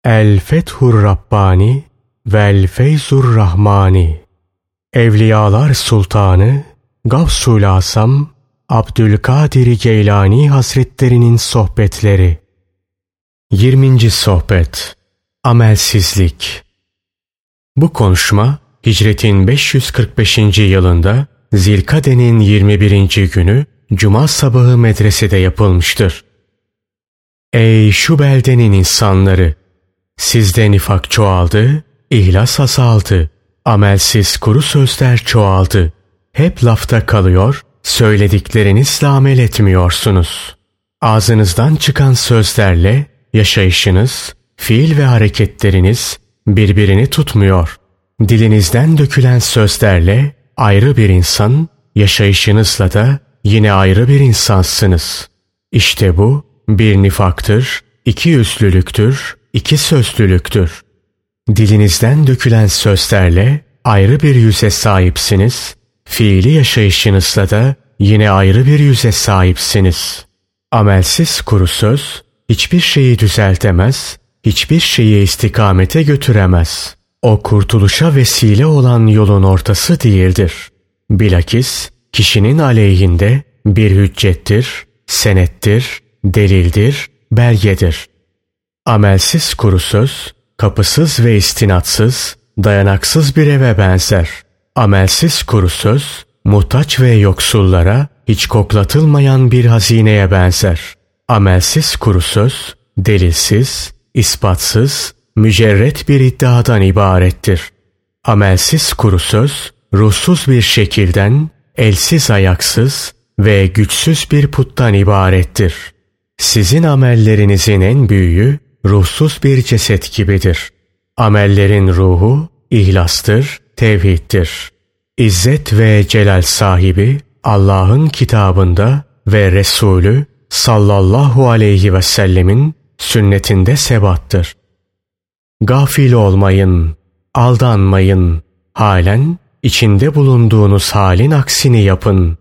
El Fethur Rabbani vel Feyzur Rahmani. Evliyalar Sultanı Gavsul Asam Abdülkadir Geylani Hazretlerinin sohbetleri. 20. sohbet. Amelsizlik. Bu konuşma Hicretin 545. yılında Zilkade'nin 21. günü Cuma sabahı medresede yapılmıştır. Ey şu beldenin insanları! Sizde nifak çoğaldı, ihlas azaldı, amelsiz kuru sözler çoğaldı. Hep lafta kalıyor, söylediklerinizle amel etmiyorsunuz. Ağzınızdan çıkan sözlerle yaşayışınız, fiil ve hareketleriniz birbirini tutmuyor. Dilinizden dökülen sözlerle ayrı bir insan, yaşayışınızla da yine ayrı bir insansınız. İşte bu bir nifaktır, iki yüzlülüktür, iki sözlülüktür. Dilinizden dökülen sözlerle ayrı bir yüze sahipsiniz, fiili yaşayışınızla da yine ayrı bir yüze sahipsiniz. Amelsiz kuru söz hiçbir şeyi düzeltemez, hiçbir şeyi istikamete götüremez. O kurtuluşa vesile olan yolun ortası değildir. Bilakis kişinin aleyhinde bir hüccettir, senettir, delildir, belgedir. Amelsiz kuru söz, kapısız ve istinatsız, dayanaksız bir eve benzer. Amelsiz kuru söz, muhtaç ve yoksullara hiç koklatılmayan bir hazineye benzer. Amelsiz kuru söz, delilsiz, ispatsız, mücerret bir iddiadan ibarettir. Amelsiz kuru söz, ruhsuz bir şekilden, elsiz ayaksız ve güçsüz bir puttan ibarettir. Sizin amellerinizin en büyüğü, ruhsuz bir ceset gibidir. Amellerin ruhu, ihlastır, tevhiddir. İzzet ve celal sahibi, Allah'ın kitabında ve Resulü sallallahu aleyhi ve sellemin sünnetinde sebattır. Gafil olmayın, aldanmayın, halen içinde bulunduğunuz halin aksini yapın.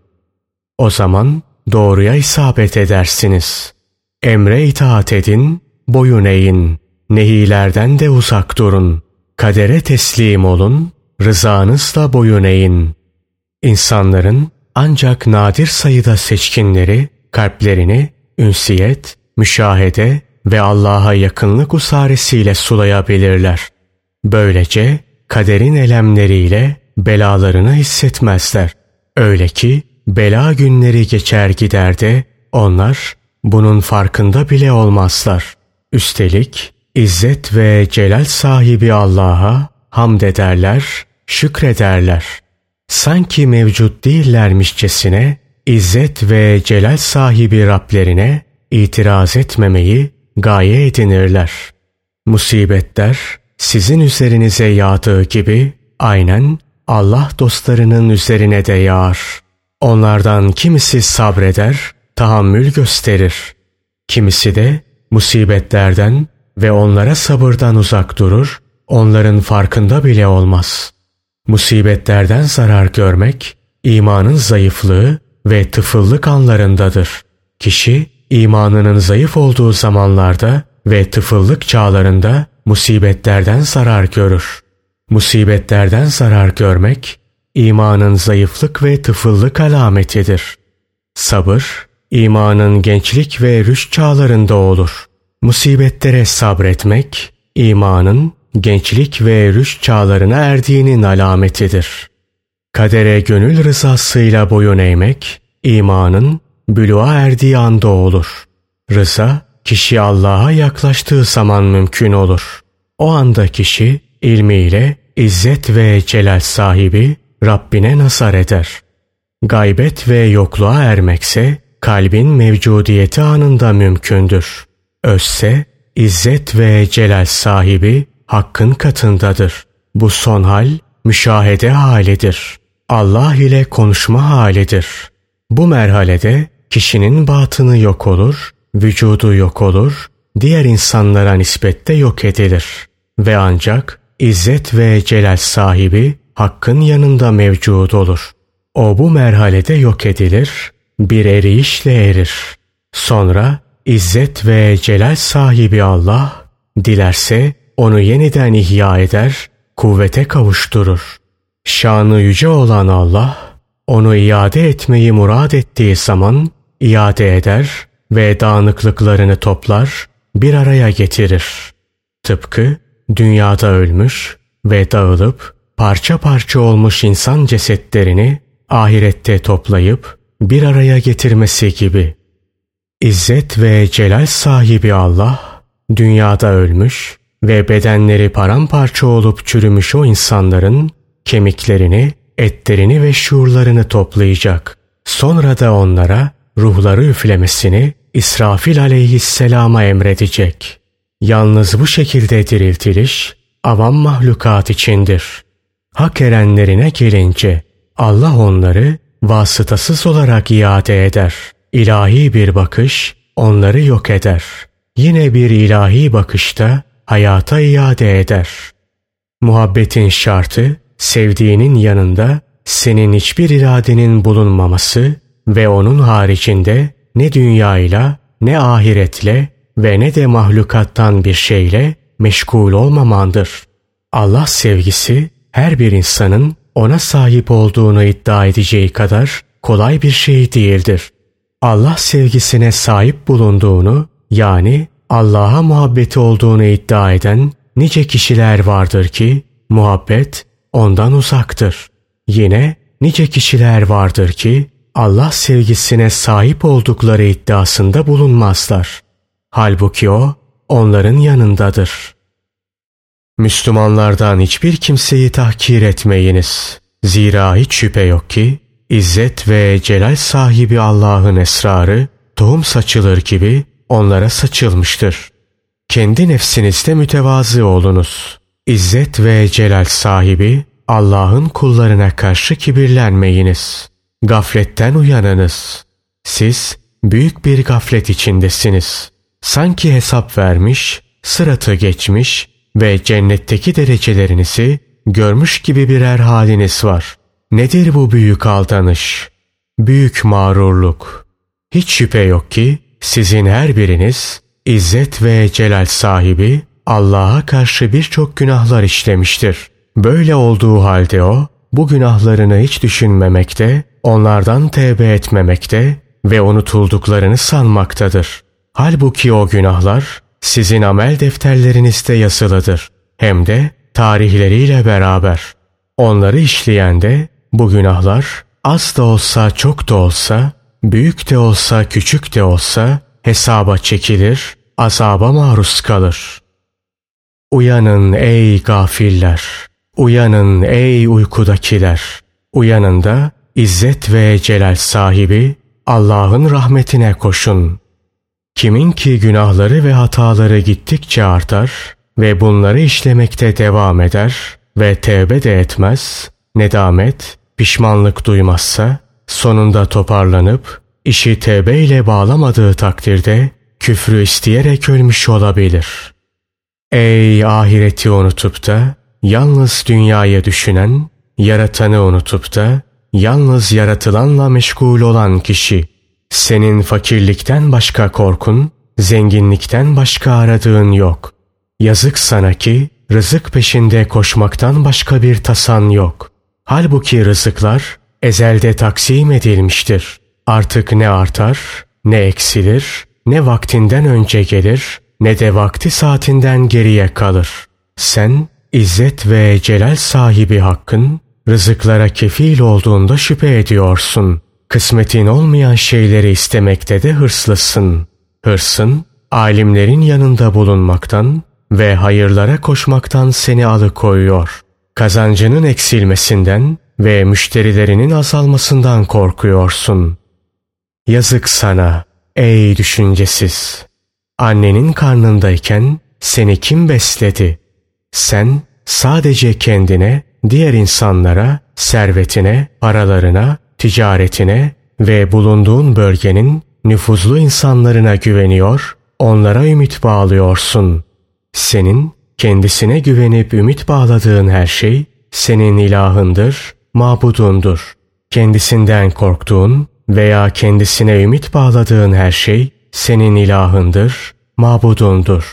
O zaman doğruya isabet edersiniz. Emre itaat edin, boyun eğin, nehilerden de uzak durun. Kadere teslim olun, rızanızla boyun eğin. İnsanların ancak nadir sayıda seçkinleri, kalplerini ünsiyet, müşahede ve Allah'a yakınlık usaresiyle sulayabilirler. Böylece kaderin elemleriyle belalarını hissetmezler. Öyle ki bela günleri geçer gider de onlar bunun farkında bile olmazlar. Üstelik İzzet ve celal sahibi Allah'a hamd ederler, şükrederler. Sanki mevcut değillermişçesine İzzet ve celal sahibi Rablerine itiraz etmemeyi gaye edinirler. Musibetler sizin üzerinize yağdığı gibi aynen Allah dostlarının üzerine de yağar. Onlardan kimisi sabreder, tahammül gösterir. Kimisi de musibetlerden ve onlara sabırdan uzak durur, onların farkında bile olmaz. Musibetlerden zarar görmek, imanın zayıflığı ve tıfıllık anlarındadır. Kişi, imanının zayıf olduğu zamanlarda ve tıfıllık çağlarında musibetlerden zarar görür. Musibetlerden zarar görmek, imanın zayıflık ve tıfıllık alametidir. Sabır, imanın gençlik ve rüşt çağlarında olur. Musibetlere sabretmek, imanın gençlik ve rüşt çağlarına erdiğinin alametidir. Kadere gönül rızasıyla boyun eğmek, imanın bülûğa erdiği anda olur. Rıza, kişi Allah'a yaklaştığı zaman mümkün olur. O anda kişi ilmiyle İzzet ve celal sahibi Rabbine nazar eder. Gaybet ve yokluğa ermekse kalbin mevcudiyeti anında mümkündür. Özse İzzet ve celal sahibi Hakk'ın katındadır. Bu son hal müşahede halidir. Allah ile konuşma halidir. Bu merhalede kişinin batını yok olur, vücudu yok olur, diğer insanlara nispetle yok edilir. Ve ancak İzzet ve celal sahibi Hakk'ın yanında mevcud olur. O bu merhalede yok edilir, bir eriyişle erir. Sonra İzzet ve celal sahibi Allah dilerse onu yeniden ihya eder, kuvvete kavuşturur. Şanı yüce olan Allah, onu iade etmeyi murad ettiği zaman iade eder ve dağınıklıklarını toplar, bir araya getirir. Tıpkı dünyada ölmüş ve dağılıp parça parça olmuş insan cesetlerini ahirette toplayıp bir araya getirmesi gibi. İzzet ve celal sahibi Allah, dünyada ölmüş ve bedenleri paramparça olup çürümüş o insanların kemiklerini, etlerini ve şuurlarını toplayacak. Sonra da onlara ruhları üflemesini İsrafil aleyhisselama emredecek. Yalnız bu şekilde diriltiliş avam mahlukat içindir. Hak erenlerine gelince Allah onları vasıtasız olarak iade eder. İlahi bir bakış onları yok eder. Yine bir ilahi bakışta hayata iade eder. Muhabbetin şartı sevdiğinin yanında senin hiçbir iradenin bulunmaması ve onun haricinde ne dünyayla, ne ahiretle ve ne de mahlukattan bir şeyle meşgul olmamandır. Allah sevgisi her bir insanın ona sahip olduğunu iddia edeceği kadar kolay bir şey değildir. Allah sevgisine sahip bulunduğunu, yani Allah'a muhabbeti olduğunu iddia eden nice kişiler vardır ki muhabbet ondan uzaktır. Yine nice kişiler vardır ki Allah sevgisine sahip oldukları iddiasında bulunmazlar. Halbuki o onların yanındadır. Müslümanlardan hiçbir kimseyi tahkir etmeyiniz. Zira hiç şüphe yok ki İzzet ve celal sahibi Allah'ın esrarı tohum saçılır gibi onlara saçılmıştır. Kendi nefsinizde mütevazı olunuz. İzzet ve celal sahibi Allah'ın kullarına karşı kibirlenmeyiniz. Gafletten uyanınız. Siz büyük bir gaflet içindesiniz. Sanki hesap vermiş, sıratı geçmiş ve cennetteki derecelerinizi görmüş gibi birer haliniz var. Nedir bu büyük aldanış? Büyük mağrurluk. Hiç şüphe yok ki sizin her biriniz İzzet ve celal sahibi Allah'a karşı birçok günahlar işlemiştir. Böyle olduğu halde o bu günahlarını hiç düşünmemekte, onlardan tevbe etmemekte ve unutulduklarını sanmaktadır. Halbuki o günahlar sizin amel defterlerinizde yazılıdır. Hem de tarihleriyle beraber. Onları işleyen de bu günahlar az da olsa çok da olsa, büyük de olsa küçük de olsa hesaba çekilir, azaba maruz kalır. Uyanın ey gafiller! Uyanın ey uykudakiler! Uyanın da İzzet ve celal sahibi Allah'ın rahmetine koşun. Kimin ki günahları ve hataları gittikçe artar ve bunları işlemekte devam eder ve tevbe de etmez, nedamet, pişmanlık duymazsa, sonunda toparlanıp işi tevbe ile bağlamadığı takdirde küfrü isteyerek ölmüş olabilir. Ey ahireti unutup da yalnız dünyayı düşünen, yaratanı unutup da yalnız yaratılanla meşgul olan kişi, senin fakirlikten başka korkun, zenginlikten başka aradığın yok. Yazık sana ki rızık peşinde koşmaktan başka bir tasan yok. Halbuki rızıklar ezelde taksim edilmiştir. Artık ne artar, ne eksilir, ne vaktinden önce gelir, ne de vakti saatinden geriye kalır. Sen İzzet ve celal sahibi Hakk'ın rızıklara kefil olduğunda şüphe ediyorsun. Kısmetin olmayan şeyleri istemekte de hırslısın. Hırsın, alimlerin yanında bulunmaktan ve hayırlara koşmaktan seni alıkoyuyor. Kazancının eksilmesinden ve müşterilerinin azalmasından korkuyorsun. Yazık sana ey düşüncesiz! Annenin karnındayken seni kim besledi? Sen sadece kendine, diğer insanlara, servetine, paralarına, ticaretine ve bulunduğun bölgenin nüfuzlu insanlarına güveniyor, onlara ümit bağlıyorsun. Senin kendisine güvenip ümit bağladığın her şey senin ilahındır, mabudundur. Kendisinden korktuğun veya kendisine ümit bağladığın her şey senin ilahındır, mabudundur.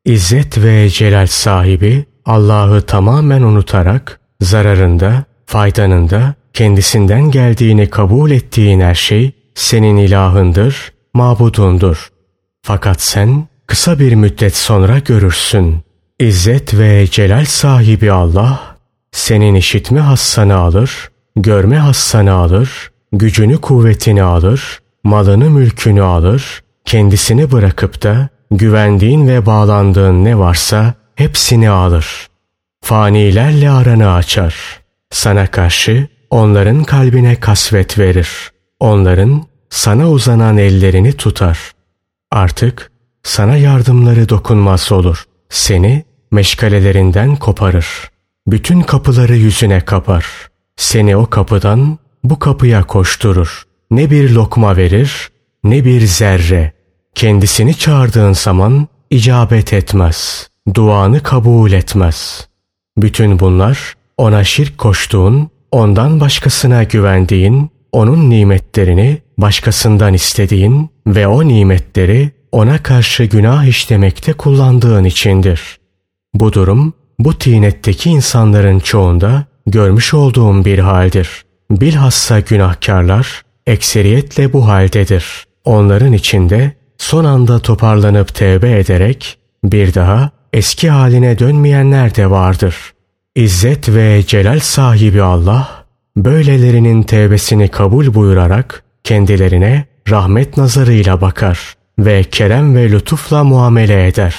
İzzet ve celal sahibi Allah'ı tamamen unutarak zararında, faydanında kendisinden geldiğini kabul ettiğin her şey senin ilahındır, mabudundur. Fakat sen kısa bir müddet sonra görürsün. İzzet ve celal sahibi Allah senin işitme hassanı alır, görme hassanı alır, gücünü kuvvetini alır, malını mülkünü alır, kendisini bırakıp da güvendiğin ve bağlandığın ne varsa hepsini alır. Fanilerle aranı açar. Sana karşı onların kalbine kasvet verir. Onların sana uzanan ellerini tutar. Artık sana yardımları dokunmaz olur. Seni meşgalelerinden koparır. Bütün kapıları yüzüne kapar. Seni o kapıdan bu kapıya koşturur. Ne bir lokma verir, ne bir zerre. Kendisini çağırdığın zaman icabet etmez. Duanı kabul etmez. Bütün bunlar ona şirk koştuğun, ondan başkasına güvendiğin, onun nimetlerini başkasından istediğin ve o nimetleri ona karşı günah işlemekte kullandığın içindir. Bu durum, bu tinetteki insanların çoğunda görmüş olduğum bir haldir. Bilhassa günahkarlar ekseriyetle bu haldedir. Onların içinde son anda toparlanıp tevbe ederek bir daha eski haline dönmeyenler de vardır. İzzet ve celal sahibi Allah, böylelerinin tevbesini kabul buyurarak kendilerine rahmet nazarıyla bakar ve kerem ve lütufla muamele eder.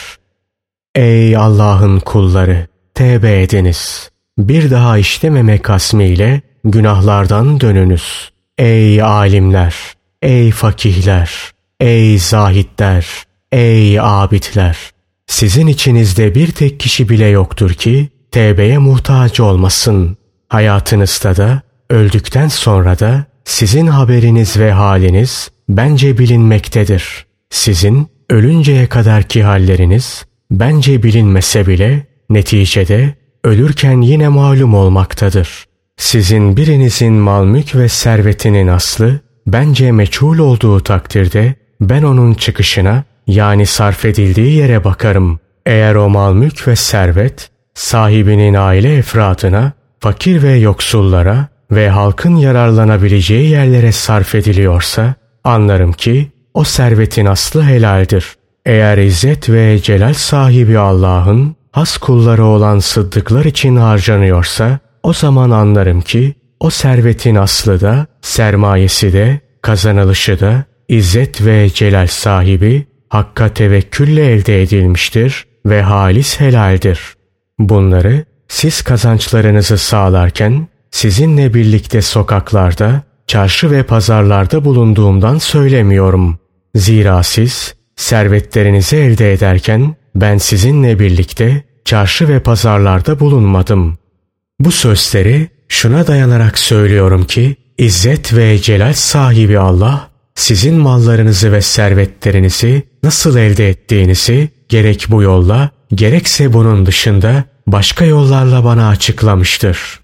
Ey Allah'ın kulları! Tevbe ediniz. Bir daha işlememek azmiyle günahlardan dönünüz. Ey alimler! Ey fakihler! Ey zahitler! Ey abidler! Sizin içinizde bir tek kişi bile yoktur ki tevbeye muhtaç olmasın. Hayatınızda da, öldükten sonra da sizin haberiniz ve haliniz bence bilinmektedir. Sizin ölünceye kadarki halleriniz bence bilinmese bile neticede ölürken yine malum olmaktadır. Sizin birinizin mal mülk ve servetinin aslı bence meçhul olduğu takdirde ben onun çıkışına, yani sarf edildiği yere bakarım. Eğer o mal mülk ve servet sahibinin aile efradına, fakir ve yoksullara ve halkın yararlanabileceği yerlere sarf ediliyorsa anlarım ki o servetin aslı helaldir. Eğer izzet ve celal sahibi Allah'ın has kulları olan sıddıklar için harcanıyorsa o zaman anlarım ki o servetin aslı da, sermayesi de, kazanılışı da izzet ve celal sahibi Hakk'a tevekkülle elde edilmiştir ve halis helaldir. Bunları siz kazançlarınızı sağlarken sizinle birlikte sokaklarda, çarşı ve pazarlarda bulunduğumdan söylemiyorum. Zira siz servetlerinizi elde ederken ben sizinle birlikte çarşı ve pazarlarda bulunmadım. Bu sözleri şuna dayanarak söylüyorum ki İzzet ve celal sahibi Allah sizin mallarınızı ve servetlerinizi nasıl elde ettiğinizi gerek bu yolla gerekse bunun dışında başka yollarla bana açıklamıştır.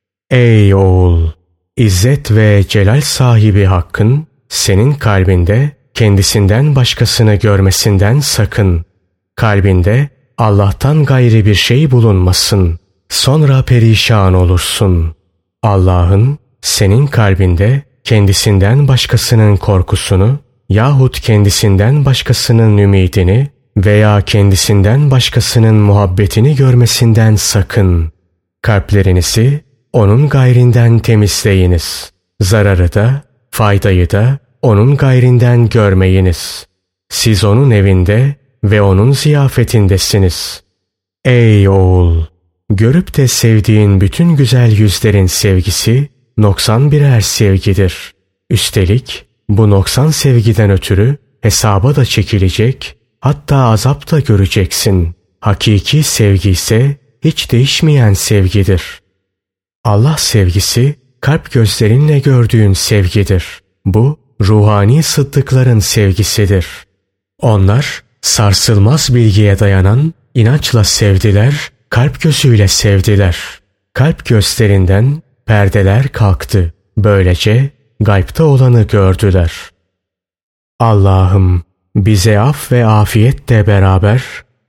Ey oğul! İzzet ve celal sahibi Hakk'ın senin kalbinde kendisinden başkasını görmesinden sakın. Kalbinde Allah'tan gayri bir şey bulunmasın. Sonra perişan olursun. Allah'ın senin kalbinde kendisinden başkasının korkusunu yahut kendisinden başkasının ümidini veya kendisinden başkasının muhabbetini görmesinden sakın. Kalplerinizi onun gayrinden temizleyiniz. Zararı da, faydayı da onun gayrinden görmeyiniz. Siz onun evinde ve onun ziyafetindesiniz. Ey oğul! Görüp de sevdiğin bütün güzel yüzlerin sevgisi noksan birer sevgidir. Üstelik bu noksan sevgiden ötürü hesaba da çekilecek, hatta azap da göreceksin. Hakiki sevgi ise hiç değişmeyen sevgidir. Allah sevgisi kalp gözlerinle gördüğün sevgidir. Bu ruhani sıddıkların sevgisidir. Onlar sarsılmaz bilgiye dayanan inançla sevdiler, kalp gözüyle sevdiler. Kalp gözlerinden perdeler kalktı. Böylece gaybta olanı gördüler. Allah'ım bize af ve afiyetle beraber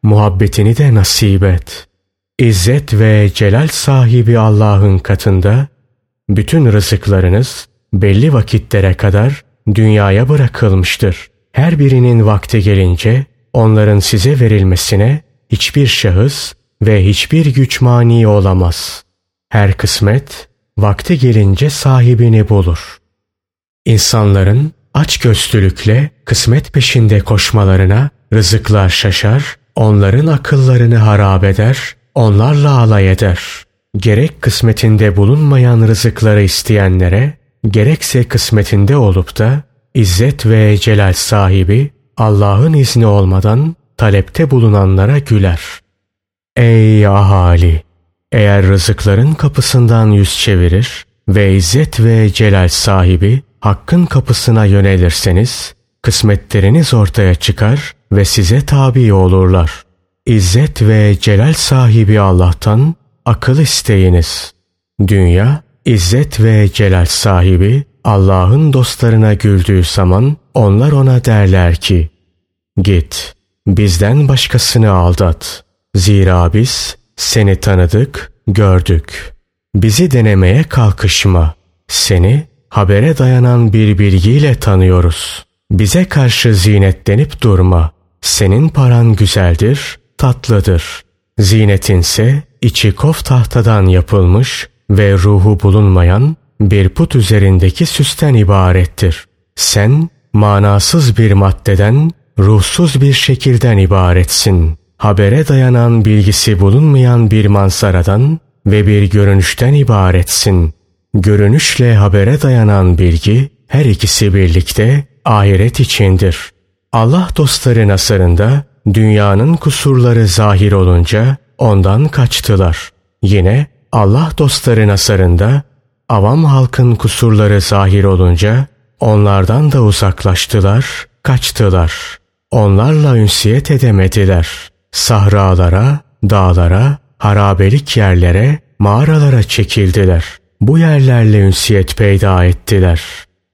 muhabbetini de nasip et. İzzet ve celal sahibi Allah'ın katında bütün rızıklarınız belli vakitlere kadar dünyaya bırakılmıştır. Her birinin vakti gelince onların size verilmesine hiçbir şahıs ve hiçbir güç mani olamaz. Her kısmet vakti gelince sahibini bulur. İnsanların açgözlülükle kısmet peşinde koşmalarına rızıklar şaşar, onların akıllarını harap eder, onlarla alay eder. Gerek kısmetinde bulunmayan rızıkları isteyenlere, gerekse kısmetinde olup da İzzet ve celal sahibi Allah'ın izni olmadan talepte bulunanlara güler. Ey ahali! Eğer rızıkların kapısından yüz çevirir ve İzzet ve celal sahibi Hakk'ın kapısına yönelirseniz, kısmetleriniz ortaya çıkar ve size tabi olurlar. İzzet ve celal sahibi Allah'tan akıl isteyiniz. Dünya, İzzet ve celal sahibi Allah'ın dostlarına güldüğü zaman onlar ona derler ki, git, bizden başkasını aldat. Zira biz seni tanıdık, gördük. Bizi denemeye kalkışma. Seni habere dayanan bir bilgiyle tanıyoruz. Bize karşı zinetlenip durma. Senin paran güzeldir, tatlıdır. Zinetinse içi kof tahtadan yapılmış ve ruhu bulunmayan bir put üzerindeki süsten ibarettir. Sen manasız bir maddeden, ruhsuz bir şekilden ibaretsin. Habere dayanan bilgisi bulunmayan bir manzaradan ve bir görünüşten ibaretsin. Görünüşle habere dayanan bilgi her ikisi birlikte ahiret içindir. Allah dostları nazarında dünyanın kusurları zahir olunca ondan kaçtılar. Yine Allah dostları nazarında avam halkın kusurları zahir olunca onlardan da uzaklaştılar, kaçtılar. Onlarla ünsiyet edemediler. Sahralara, dağlara, harabelik yerlere, mağaralara çekildiler. Bu yerlerle ünsiyet peyda ettiler.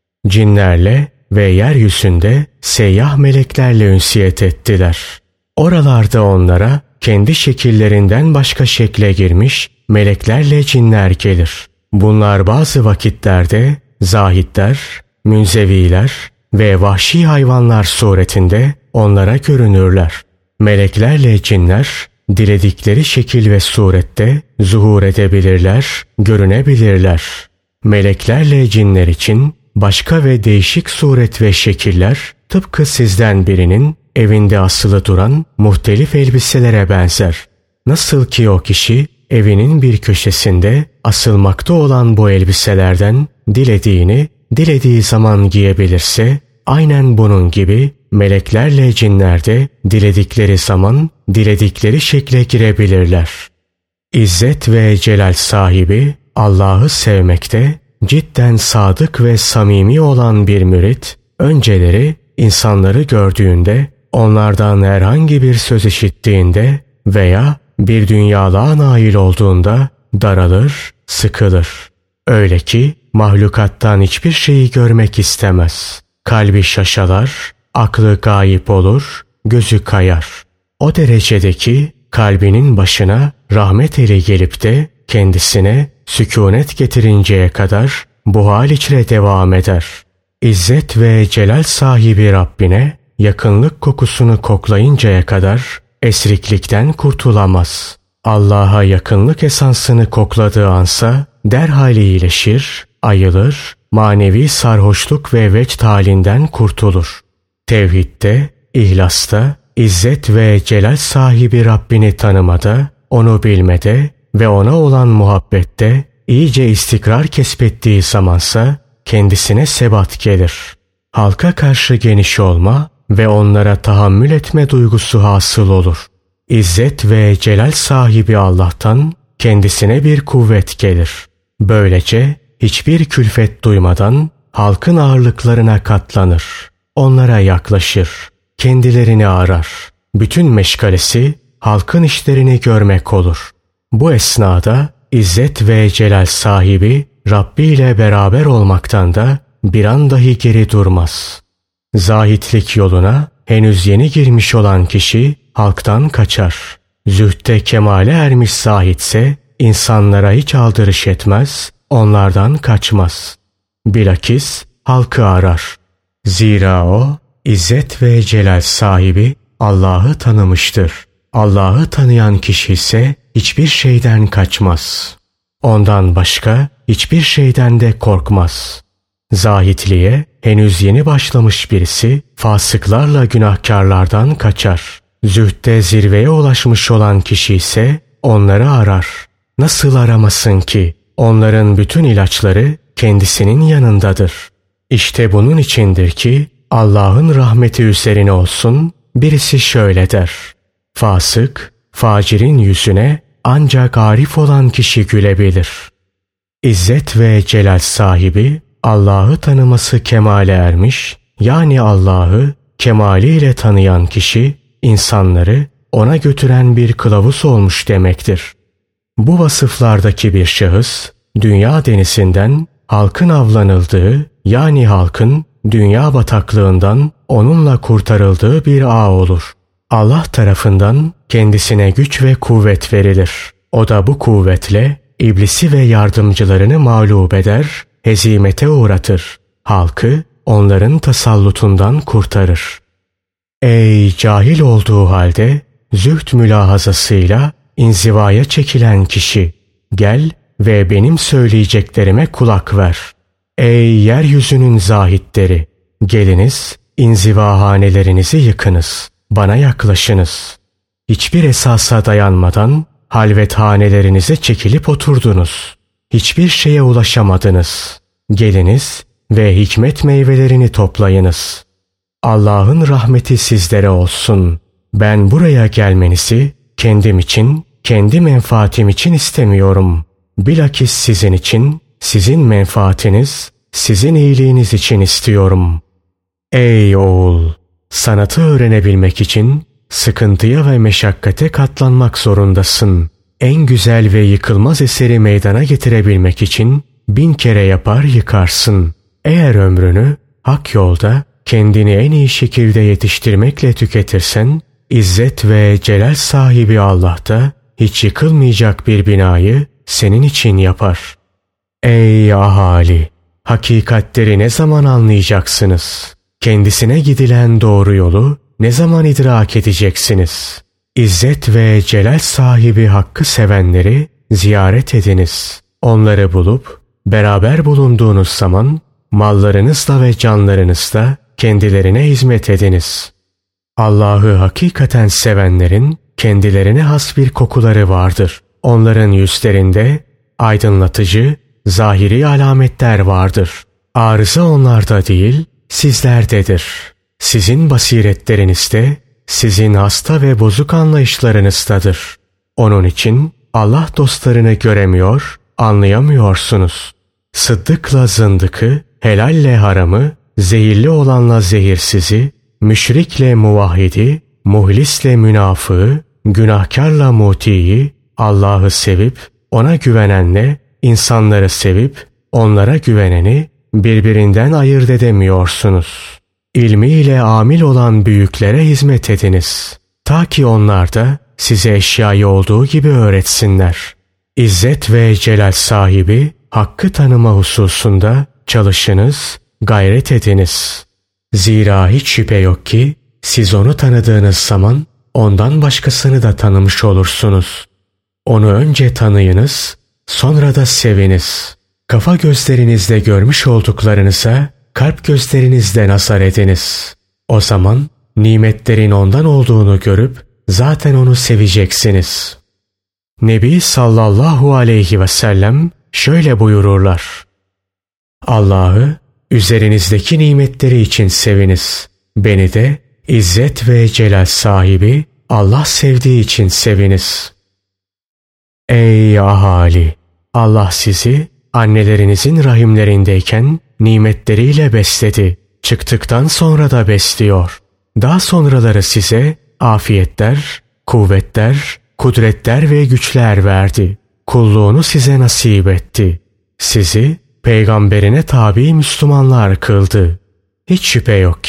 Cinlerle ve yeryüzünde seyyah meleklerle ünsiyet ettiler. Oralarda onlara kendi şekillerinden başka şekle girmiş meleklerle cinler gelir. Bunlar bazı vakitlerde zahitler, münzeviler ve vahşi hayvanlar suretinde onlara görünürler. Meleklerle cinler diledikleri şekil ve surette zuhur edebilirler, görünebilirler. Meleklerle cinler için başka ve değişik suret ve şekiller tıpkı sizden birinin evinde asılı duran muhtelif elbiselere benzer. Nasıl ki o kişi evinin bir köşesinde asılmakta olan bu elbiselerden dilediğini dilediği zaman giyebilirse, aynen bunun gibi meleklerle cinler de diledikleri zaman diledikleri şekle girebilirler. İzzet ve celal sahibi Allah'ı sevmekte cidden sadık ve samimi olan bir mürit, önceleri insanları gördüğünde, onlardan herhangi bir söz işittiğinde veya bir dünyalığa nail olduğunda daralır, sıkılır. Öyle ki mahlukattan hiçbir şeyi görmek istemez. Kalbi şaşalar, aklı gayip olur, gözü kayar. O derecedeki kalbinin başına rahmet eli gelip de kendisine sükûnet getirinceye kadar bu hal içre devam eder. İzzet ve celal sahibi Rabbine yakınlık kokusunu koklayıncaya kadar esriklikten kurtulamaz. Allah'a yakınlık esansını kokladığı ansa derhal iyileşir, ayılır, manevi sarhoşluk ve vecd halinden kurtulur. Tevhidde, ihlasta, İzzet ve celal sahibi Rabbini tanımada, onu bilmede ve ona olan muhabbette iyice istikrar kesbettiği zamansa kendisine sebat gelir. Halka karşı geniş olma ve onlara tahammül etme duygusu hasıl olur. İzzet ve celal sahibi Allah'tan kendisine bir kuvvet gelir. Böylece hiçbir külfet duymadan halkın ağırlıklarına katlanır. Onlara yaklaşır. Kendilerini arar. Bütün meşgalesi halkın işlerini görmek olur. Bu esnada İzzet ve celal sahibi Rabbi ile beraber olmaktan da bir an dahi geri durmaz. Zahitlik yoluna henüz yeni girmiş olan kişi halktan kaçar. Zühdde kemale ermiş zahitse insanlara hiç aldırış etmez, onlardan kaçmaz. Bilakis halkı arar. Zira o İzzet ve celal sahibi Allah'ı tanımıştır. Allah'ı tanıyan kişi ise hiçbir şeyden kaçmaz. Ondan başka hiçbir şeyden de korkmaz. Zahitliğe henüz yeni başlamış birisi fasıklarla günahkarlardan kaçar. Zühdde zirveye ulaşmış olan kişi ise onları arar. Nasıl aramasın ki? Onların bütün ilaçları kendisinin yanındadır. İşte bunun içindir ki Allah'ın rahmeti üzerine olsun birisi şöyle der. Fasık, facirin yüzüne ancak arif olan kişi gülebilir. İzzet ve celal sahibi Allah'ı tanıması kemale ermiş, yani Allah'ı kemaliyle tanıyan kişi insanları ona götüren bir kılavuz olmuş demektir. Bu vasıflardaki bir şahıs dünya denizinden halkın avlanıldığı, yani halkın dünya bataklığından onunla kurtarıldığı bir ağ olur. Allah tarafından kendisine güç ve kuvvet verilir. O da bu kuvvetle iblisi ve yardımcılarını mağlup eder, hezimete uğratır. Halkı onların tasallutundan kurtarır. Ey cahil olduğu halde zühd mülahazasıyla inzivaya çekilen kişi, gel ve benim söyleyeceklerime kulak ver. Ey yeryüzünün zahitleri, geliniz, inzivahanelerinizi yıkınız, bana yaklaşınız. Hiçbir esasa dayanmadan halvethanelerinize çekilip oturdunuz. Hiçbir şeye ulaşamadınız. Geliniz ve hikmet meyvelerini toplayınız. Allah'ın rahmeti sizlere olsun. Ben buraya gelmenizi kendim için, kendi menfaatim için istemiyorum. Bilakis sizin için, sizin menfaatiniz, sizin iyiliğiniz için istiyorum. Ey oğul! Sanatı öğrenebilmek için sıkıntıya ve meşakkate katlanmak zorundasın. En güzel ve yıkılmaz eseri meydana getirebilmek için 1000 kere yapar yıkarsın. Eğer ömrünü hak yolda kendini en iyi şekilde yetiştirmekle tüketirsen, İzzet ve celal sahibi Allah da hiç yıkılmayacak bir binayı senin için yapar. Ey ahali! Hakikatleri ne zaman anlayacaksınız? Kendisine gidilen doğru yolu ne zaman idrak edeceksiniz? İzzet ve celal sahibi hakkı sevenleri ziyaret ediniz. Onları bulup beraber bulunduğunuz zaman mallarınızla ve canlarınızla kendilerine hizmet ediniz. Allah'ı hakikaten sevenlerin kendilerine has bir kokuları vardır. Onların yüzlerinde aydınlatıcı, zahiri alametler vardır. Arıza onlarda değil, sizlerdedir. Sizin basiretlerinizde, sizin hasta ve bozuk anlayışlarınızdadır. Onun için Allah dostlarını göremiyor, anlayamıyorsunuz. Sıddıkla zındıkı, helalle haramı, zehirli olanla zehirsizi, müşrikle muvahhidi, muhlisle münafığı, günahkarla mutiyi, Allah'ı sevip ona güvenenle insanları sevip onlara güveneni birbirinden ayırt edemiyorsunuz. İlmiyle amil olan büyüklere hizmet ediniz. Ta ki onlar da size eşyayı olduğu gibi öğretsinler. İzzet ve celal sahibi hakkı tanıma hususunda çalışınız, gayret ediniz. Zira hiç şüphe yok ki siz onu tanıdığınız zaman ondan başkasını da tanımış olursunuz. Onu önce tanıyınız, sonra da seviniz. Kafa gözlerinizle görmüş olduklarınıza kalp gözlerinizle nazar ediniz. O zaman nimetlerin ondan olduğunu görüp zaten onu seveceksiniz. Nebi sallallahu aleyhi ve sellem şöyle buyururlar. Allah'ı üzerinizdeki nimetleri için seviniz. Beni de İzzet ve celal sahibi Allah sevdiği için seviniz. Ey ahali! Allah sizi annelerinizin rahimlerindeyken nimetleriyle besledi. Çıktıktan sonra da besliyor. Daha sonraları size afiyetler, kuvvetler, kudretler ve güçler verdi. Kulluğunu size nasip etti. Sizi peygamberine tabi Müslümanlar kıldı. Hiç şüphe yok ki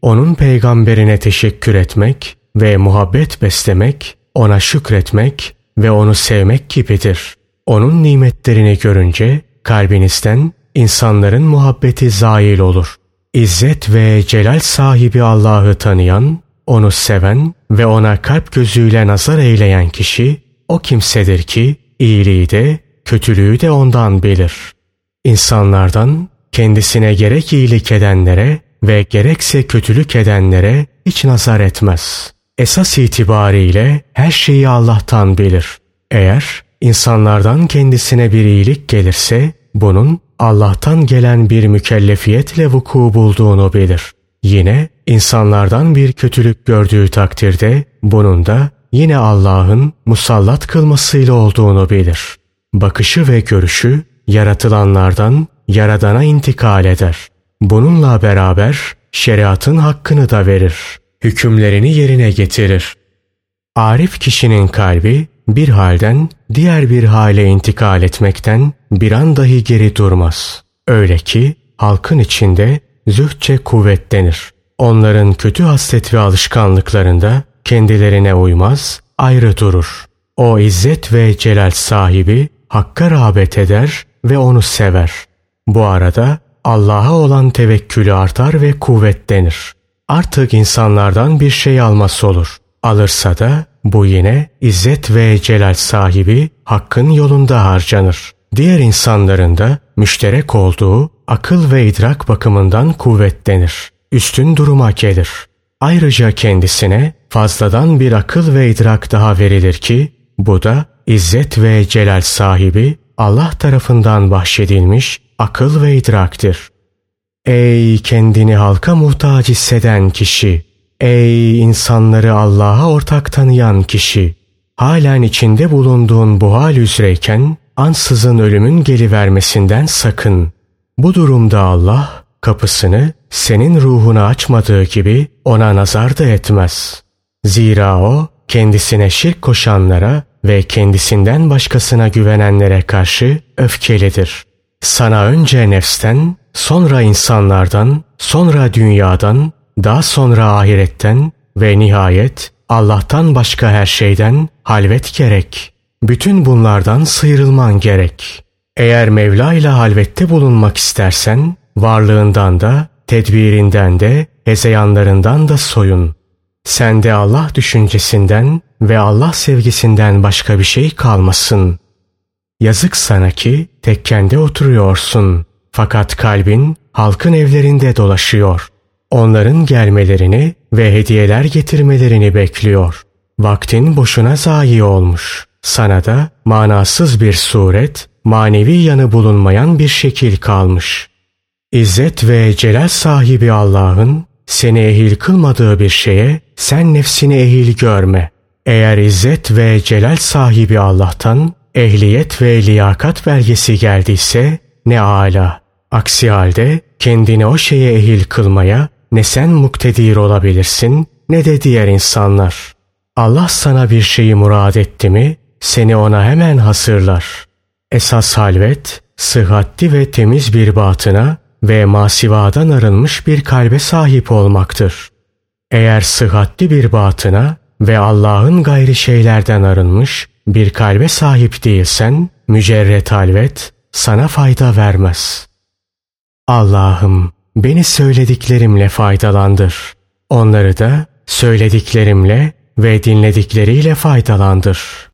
onun peygamberine teşekkür etmek ve muhabbet beslemek, ona şükretmek ve onu sevmek gibidir. Onun nimetlerini görünce kalbinizden insanların muhabbeti zail olur. İzzet ve celal sahibi Allah'ı tanıyan, onu seven ve ona kalp gözüyle nazar eyleyen kişi o kimsedir ki iyiliği de kötülüğü de ondan bilir. İnsanlardan kendisine gerek iyilik edenlere ve gerekse kötülük edenlere hiç nazar etmez. Esas itibariyle her şeyi Allah'tan bilir. Eğer insanlardan kendisine bir iyilik gelirse bunun Allah'tan gelen bir mükellefiyetle vuku bulduğunu bilir. Yine insanlardan bir kötülük gördüğü takdirde bunun da yine Allah'ın musallat kılmasıyla olduğunu bilir. Bakışı ve görüşü yaratılanlardan Yaradan'a intikal eder. Bununla beraber şeriatın hakkını da verir. Hükümlerini yerine getirir. Arif kişinin kalbi bir halden diğer bir hale intikal etmekten bir an dahi geri durmaz. Öyle ki halkın içinde zühdçe kuvvetlenir. Onların kötü haslet ve alışkanlıklarında kendilerine uymaz, ayrı durur. O izzet ve celal sahibi Hakk'a rağbet eder ve onu sever. Bu arada Allah'a olan tevekkülü artar ve kuvvetlenir. Artık insanlardan bir şey alması olur. Alırsa da bu yine izzet ve celal sahibi Hakk'ın yolunda harcanır. Diğer insanların da müşterek olduğu akıl ve idrak bakımından kuvvetlenir. Üstün duruma gelir. Ayrıca kendisine fazladan bir akıl ve idrak daha verilir ki bu da izzet ve celal sahibi Allah tarafından bahşedilmiş akıl ve idraktir. Ey kendini halka muhtaç hisseden kişi! Ey insanları Allah'a ortak tanıyan kişi! Halen içinde bulunduğun bu hal üzereyken ansızın ölümün gelivermesinden sakın. Bu durumda Allah kapısını senin ruhuna açmadığı gibi ona nazar da etmez. Zira o kendisine şirk koşanlara ve kendisinden başkasına güvenenlere karşı öfkelidir. Sana önce nefsten, sonra insanlardan, sonra dünyadan, daha sonra ahiretten ve nihayet Allah'tan başka her şeyden halvet gerek. Bütün bunlardan sıyrılman gerek. Eğer Mevla ile halvette bulunmak istersen, varlığından da, tedbirinden de, hezeyanlarından da soyun. Sende Allah düşüncesinden ve Allah sevgisinden başka bir şey kalmasın. Yazık sana ki tekkende oturuyorsun. Fakat kalbin halkın evlerinde dolaşıyor. Onların gelmelerini ve hediyeler getirmelerini bekliyor. Vaktin boşuna zayi olmuş. Sana da manasız bir suret, manevi yanı bulunmayan bir şekil kalmış. İzzet ve celal sahibi Allah'ın seni ehil kılmadığı bir şeye sen nefsini ehil görme. Eğer izzet ve celal sahibi Allah'tan ehliyet ve liyakat belgesi geldiyse ne âlâ. Aksi halde kendini o şeye ehil kılmaya ne sen muktedir olabilirsin ne de diğer insanlar. Allah sana bir şeyi murad etti mi seni ona hemen hasırlar. Esas halvet, sıhhatli ve temiz bir batına ve masivadan arınmış bir kalbe sahip olmaktır. Eğer sıhhatli bir batına ve Allah'ın gayri şeylerden arınmış bir kalbe sahip değilsen, mücerret halvet sana fayda vermez. Allah'ım beni söylediklerimle faydalandır. Onları da söylediklerimle ve dinledikleriyle faydalandır.